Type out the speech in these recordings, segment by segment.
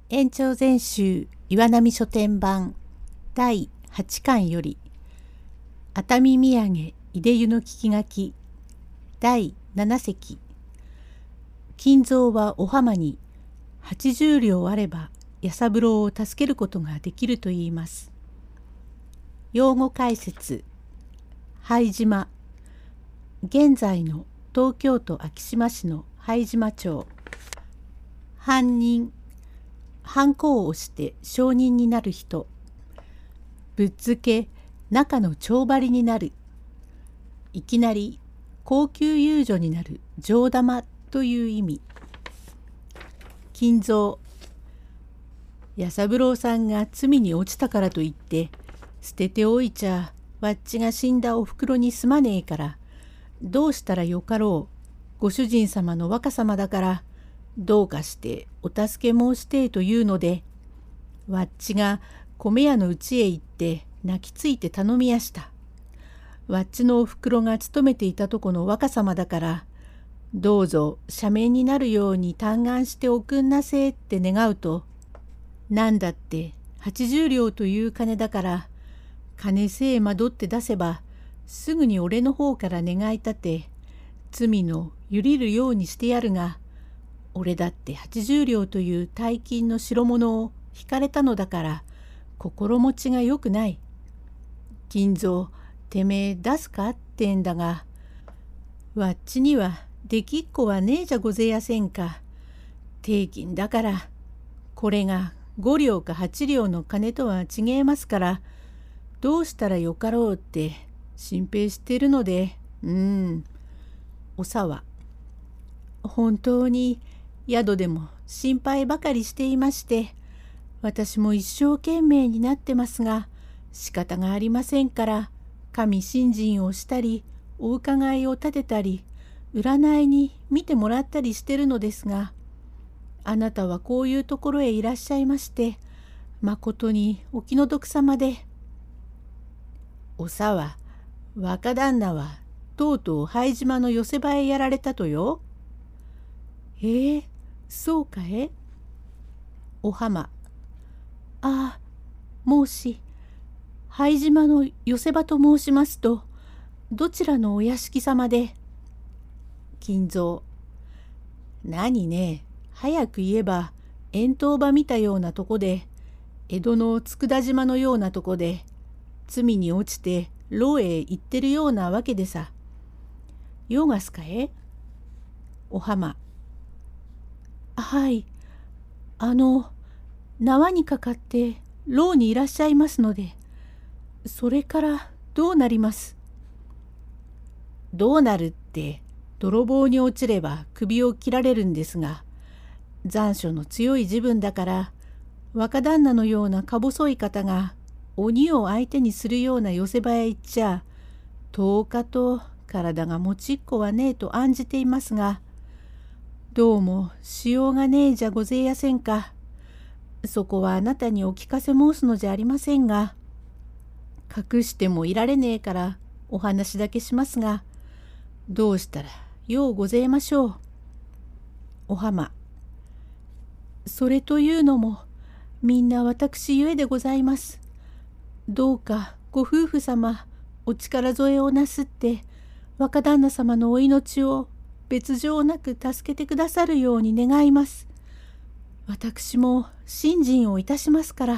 延長全集岩波書店版第8巻より熱海土産いで湯の聞き書き第7席金蔵はお浜に80両あれば弥三郎を助けることができると言います。用語解説拝島現在の東京都昭島市の拝島町犯人ハンコを押して証人になる人ぶっつけ中の帳張りになるいきなり高級遊女になる上玉という意味。金蔵弥三郎さんが罪に落ちたからといって捨てておいちゃわっちが死んだおふくろにすまねえからどうしたらよかろうご主人様の若様だからどうかしてお助け申してえというのでわっちが米屋のうちへ行って泣きついて頼みやした。わっちのおふくろが勤めていたとこの若様だからどうぞ赦免になるように嘆願しておくんなせえって願うとなんだって80両という金だから金せえ惑って出せばすぐに俺の方から願い立て罪のゆりるようにしてやるが俺だって80両という大金の代物を引かれたのだから心持ちがよくない。金蔵てめえ出すかってんだがわっちにはできっこはねえじゃごぜやせんか。定金だからこれが5両か8両の金とは違えますからどうしたらよかろうって心配してるのでお沢本当に宿でも心配ばかりしていまして私も一生懸命になってますが仕方がありませんから神信心をしたりお伺いを立てたり占いに見てもらったりしてるのですがあなたはこういうところへいらっしゃいましてまことにお気の毒様で。お沢若旦那はとうとう拝島の寄せ場へやられたとよ。そうかえ。お浜ああ申し拝島の寄せ場と申しますとどちらのお屋敷様で。金蔵何ね早く言えば円筒場見たようなとこで江戸の佃島のようなとこで罪に落ちて牢へ行ってるようなわけでさ。用がすかえ。お浜はい縄にかかって牢にいらっしゃいますのでそれからどうなります。どうなるって泥棒に落ちれば首を切られるんですが残暑の強い時分だから若旦那のようなか細い方が鬼を相手にするような寄せ場へ行っちゃ10日と体が持ちっこはねえと案じていますがどうもしようがねえじゃごぜえやせんか。そこはあなたにお聞かせ申すのじゃありませんが隠してもいられねえからお話だけしますがどうしたらようごぜえましょう。お浜それというのもみんな私ゆえでございます。どうかご夫婦様お力添えをなすって若旦那様のお命を別状なく助けてくださるように願います。私も信心をいたしますから。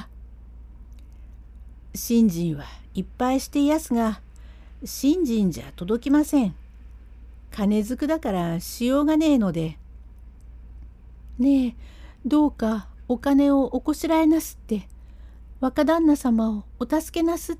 信心はいっぱいしていやすが信心じゃ届きません。金づくだからしようがねえので。ねえどうかお金をおこしらえなすって若旦那様をお助けなすって。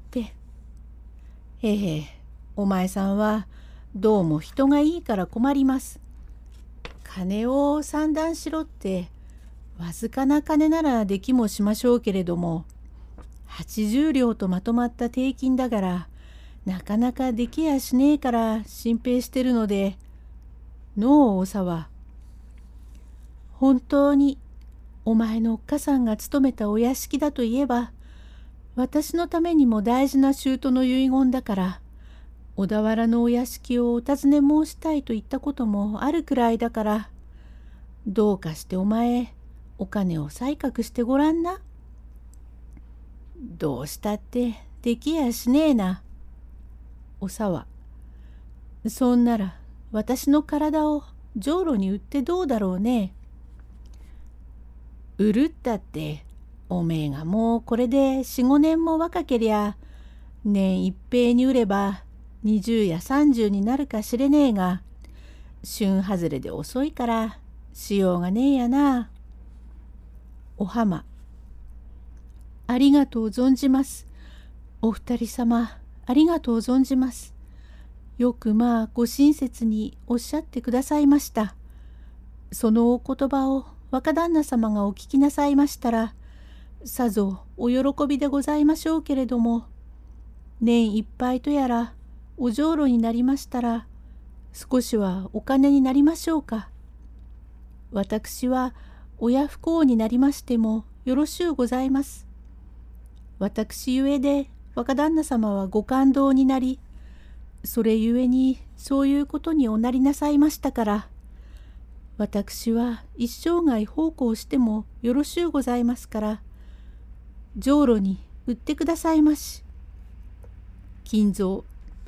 お前さんはどうも人がいいから困ります。金を算段しろってわずかな金ならできもしましょうけれども80両とまとまった定金だからなかなかできやしねえから心配してるので。のうお沢本当にお前のおっかさんが勤めたお屋敷だといえば私のためにも大事な舅の遺言だから小田原のお屋敷をお尋ね申したいと言ったこともあるくらいだからどうかしてお前お金を採覚してごらんな。どうしたってできやしねえな。おさわ、そんなら私の体をじょうろに売ってどうだろうね。売るったっておめえがもうこれで4、5年も若けりゃ年一平に売れば20や30になるかしれねえが、旬外れで遅いからしようがねえやな。お浜、ありがとう存じます。お二人様ありがとう存じます。よくご親切におっしゃってくださいました。そのお言葉を若旦那様がお聞きなさいましたら、さぞお喜びでございましょうけれども、年いっぱいとやらおじょうろになりましたら、少しはお金になりましょうか。私は親不孝になりましてもよろしゅうございます。私ゆえで若旦那様はご感動になり、それゆえにそういうことにおなりなさいましたから、私は一生涯奉公してもよろしゅうございますから、じょうろに売ってくださいまし。金蔵、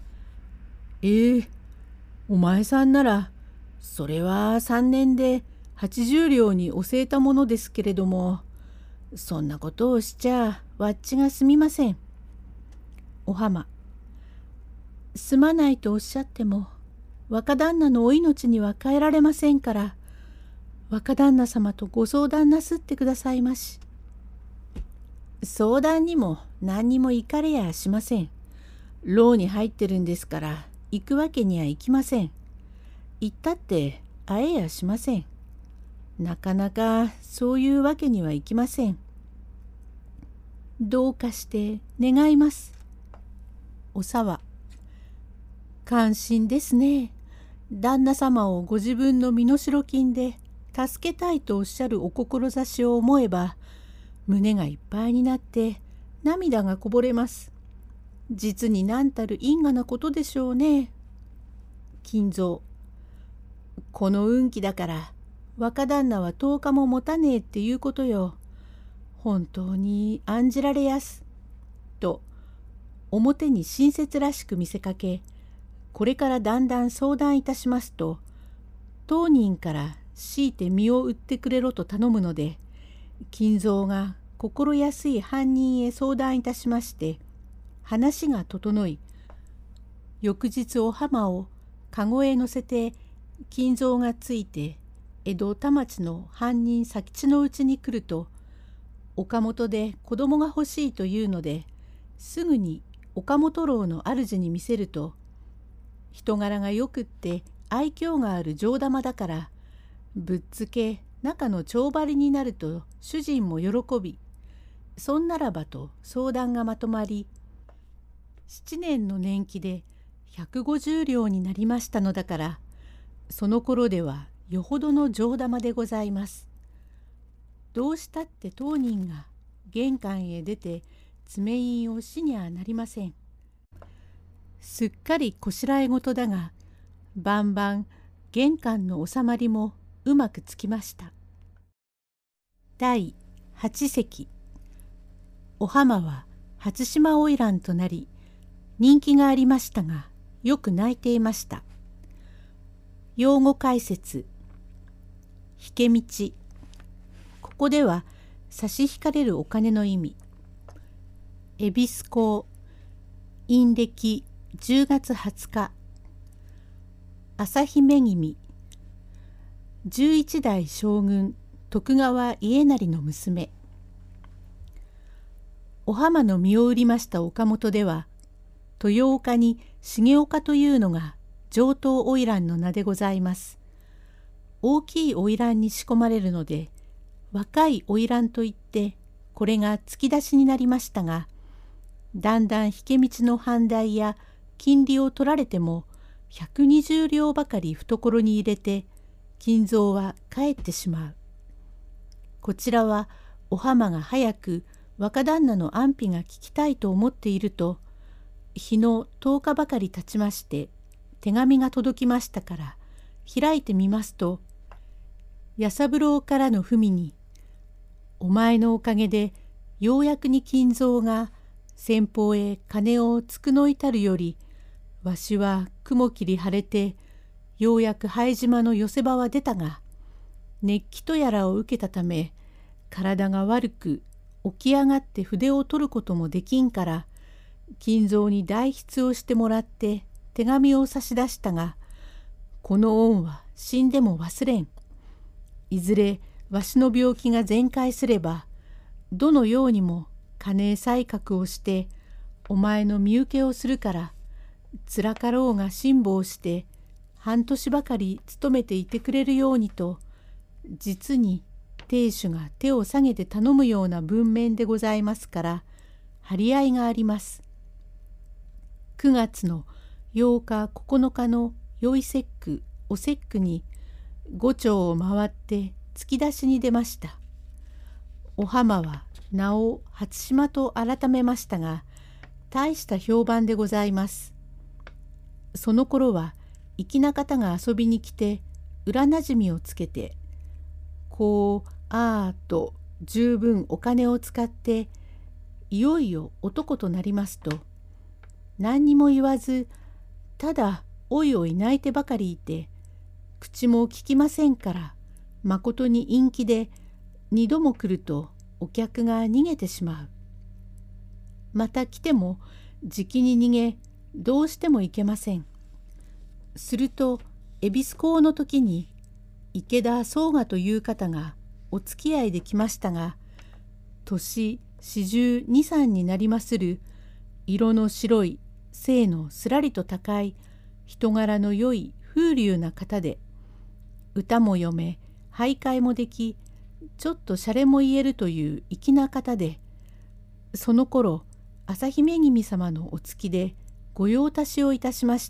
お前さんなら、それは3年で80両に教えたものですけれども、そんなことをしちゃわっちがすみません。お浜、すまないとおっしゃっても、若旦那のお命には変えられませんから、若旦那様とご相談なすってくださいまし。相談にも何にも行かれやしません。牢に入ってるんですから、行くわけにはいきません。行ったって会えやしません。なかなかそういうわけにはいきません。どうかして願います。おさわ、感心ですね。旦那様をご自分の身代金で助けたいとおっしゃるお志を思えば、胸がいっぱいになって涙がこぼれます。実に何たる因果なことでしょうね。金蔵、この運気だから若旦那は10日も持たねえっていうことよ。本当に案じられやす。と表に親切らしく見せかけ、これからだんだん相談いたしますと、当人から強いて身を売ってくれろと頼むので、金蔵が心安い犯人へ相談いたしまして、話が整い、翌日お浜を籠へ乗せて金蔵がついて江戸田町の犯人佐吉のうちに来ると、岡本で子供が欲しいというので、すぐに岡本楼の主に見せると、人柄がよくって愛嬌がある上玉だから、ぶっつけ中の帳張りになると主人も喜び、そんならばと相談がまとまり、7年の年季で150両になりましたのだから、その頃ではよほどの上玉でございます。どうしたって当人が玄関へ出て爪印をしにゃなりません。すっかりこしらえごとだが、晩々玄関の収まりもうまくつきました。第8席。お浜は初島花魁となり、人気がありましたが、よく泣いていました。用語解説。引け道。ここでは差し引かれるお金の意味。恵比寿港。陰暦10月20日。朝姫君。11代将軍徳川家斉の娘。お浜の身を売りました岡本では、豊岡に重岡というのが上等花魁の名でございます。大きい花魁に仕込まれるので、若い花魁といってこれが突き出しになりましたが、だんだん引け道の藩代や金利を取られても120両ばかり懐に入れて、金蔵は帰ってしまう。こちらはお浜が早く若旦那の安否が聞きたいと思っていると、日の10日ばかり経ちまして手紙が届きましたから開いてみますと、弥三郎からの文にお前のおかげでようやくに金蔵が先方へ金をつくのいたるより、わしは雲霧晴れてようやく拝島の寄せ場は出たが、熱気とやらを受けたため体が悪く起き上がって筆を取ることもできんから、金蔵に代筆をしてもらって手紙を差し出したが、この恩は死んでも忘れん。いずれわしの病気が全快すれば、どのようにも金才覚をしてお前の身請けをするから、つらかろうが辛抱して半年ばかり勤めていてくれるようにと、実に亭主が手を下げて頼むような文面でございますから、張り合いがあります。9月の8日9日の宵節句お節句に5町を回って突き出しに出ました。お浜は名を初島と改めましたが、大した評判でございます。その頃は粋な方が遊びに来て裏なじみをつけて、こうあーと十分お金を使っていよいよ男となりますと、何にも言わずただおいおい泣いてばかりいて、口も聞きませんから、まことに陰気で2度も来るとお客が逃げてしまう。また来てもじきに逃げ、どうしてもいけません。すると恵比寿講の時に池田宗我という方がお付き合いで来ましたが、年42、3になりまする色の白い背のすらりと高い人柄の良い風流な方で、歌も読め俳諧もでき、ちょっとシャレも言えるという粋な方で、その頃朝姫君様のお付きで御用達をいたしまして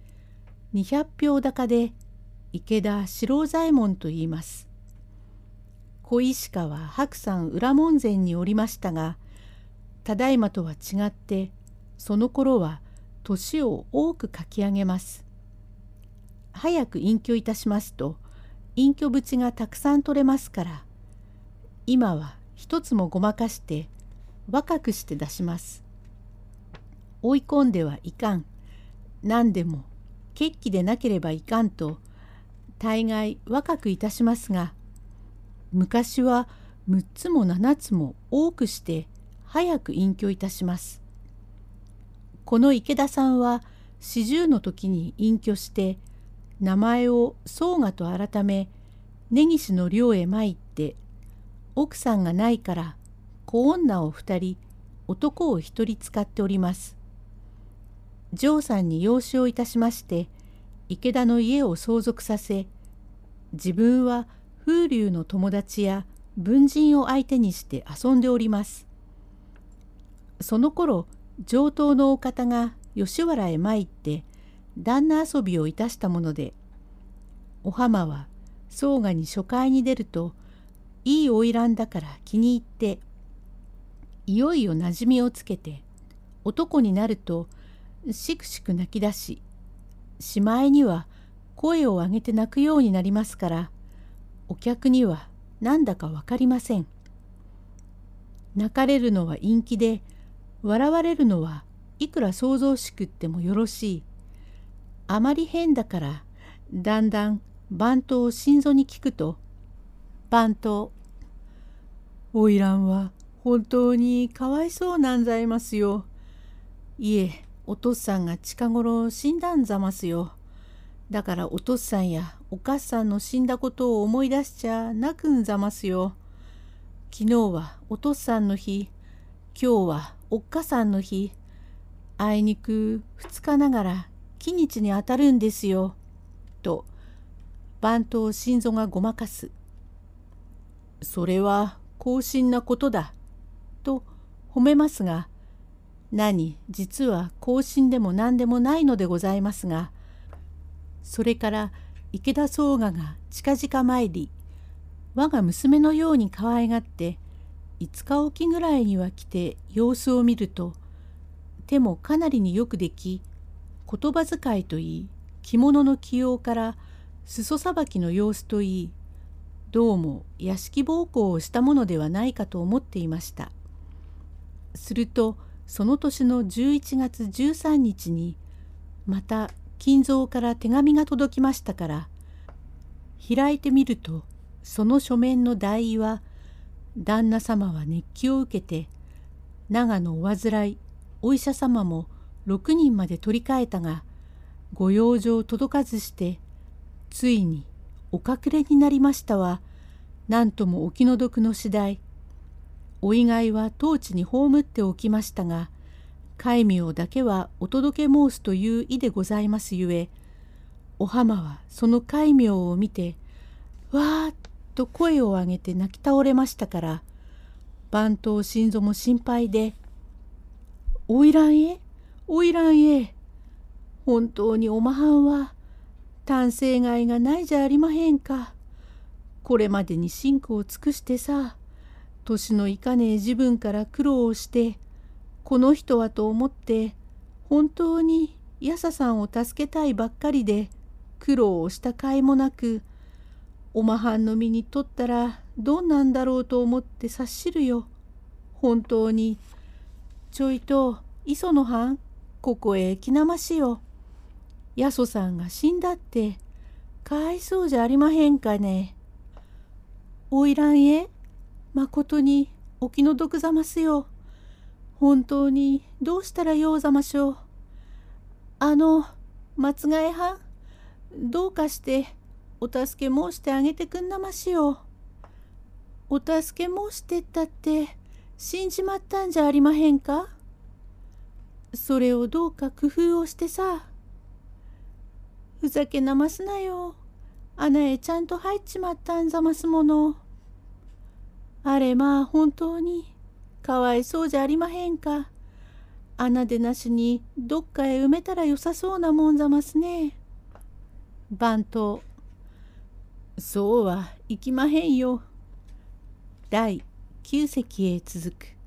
、200俵高で池田四郎左衛門と言います。小石川白山裏門前におりましたが、ただいまとは違ってその頃は年を多く書き上げます。早く隠居いたしますと隠居淵がたくさん取れますから、今は一つもごまかして若くして出します。追い込んではいかん。何でも血気でなければいかんと大概若くいたしますが、昔は6つも7つも多くして早く隠居いたします。この池田さんは40の時に隠居して名前を宗我と改め、根岸の寮へ参って、奥さんがないから子女を2人男を1人使っております。丈さんに養子をいたしまして池田の家を相続させ、自分は風流の友達や文人を相手にして遊んでおります。その頃上等のお方が吉原へ参って旦那遊びをいたしたもので、お浜は宗我に初会に出るといい花魁だから気に入って、いよいよなじみをつけて男になるとしくしく泣き出し、しまいには声を上げて泣くようになりますから、お客にはなんだかわかりません。泣かれるのは陰気で、笑われるのはいくら想像しくってもよろしい。あまり変だから、だんだん番頭を心臓に聞くと、番頭、花魁は本当にかわいそうなんざいますよ。いえ、お父さんが近頃死んだんざますよ。だからお父さんやお母さんの死んだことを思い出しちゃ泣くんざますよ。昨日はお父さんの日、今日はおっかさんの日。あいにく2日ながら忌日にあたるんですよ。と番頭心臓がごまかす。それは高深なことだ。と褒めますが、実は高深でも何でもないのでございますが、それから池田宗我が近々参り、我が娘のように可愛がって5日おきぐらいには来て様子を見ると、手もかなりによくでき、言葉遣いといい、着物の起用から裾さばきの様子といい、 どうも屋敷奉公をしたものではないかと思っていました。するとその年の11月13日にまた金蔵から手紙が届きましたから、開いてみるとその書面の題意は、旦那様は熱気を受けて長野お患いお医者様も6人まで取り替えたが、ご養生届かずしてついにお隠れになりましたは、なんともお気の毒の次第。お意外は当地に葬っておきましたが、戒名だけはお届け申すという意でございますゆえ、お浜はその戒名を見てわーっと声を上げて泣き倒れましたから、番頭新蔵も心配で、おいらんへおいらんへ、本当におまはんは丹精害がないじゃありまへんか。これまでに辛苦を尽くしてさ、年のいかねえ自分から苦労をして、この人はと思って本当にやささんを助けたいばっかりで苦労をした甲斐もなく、おまはんの身にとったらどんなんだろうと思って察しるよ。本当に。ちょいと磯野藩ここへ来なましよ。やそさんが死んだってかわいそうじゃありまへんかね。おいらんへまことにお気の毒ざますよ。本当にどうしたらようざましょう。松ヶ江藩、どうかしてお助け申してあげてくんなましよ。お助け申してったって死んじまったんじゃありまへんか。それをどうか工夫をしてさ。ふざけなますなよ。穴へちゃんと入っちまったんざますもの。あれまあ本当にかわいそうじゃありまへんか。穴でなしにどっかへ埋めたらよさそうなもんざますね。番頭、そうはいきまへんよ。第9席へ続く。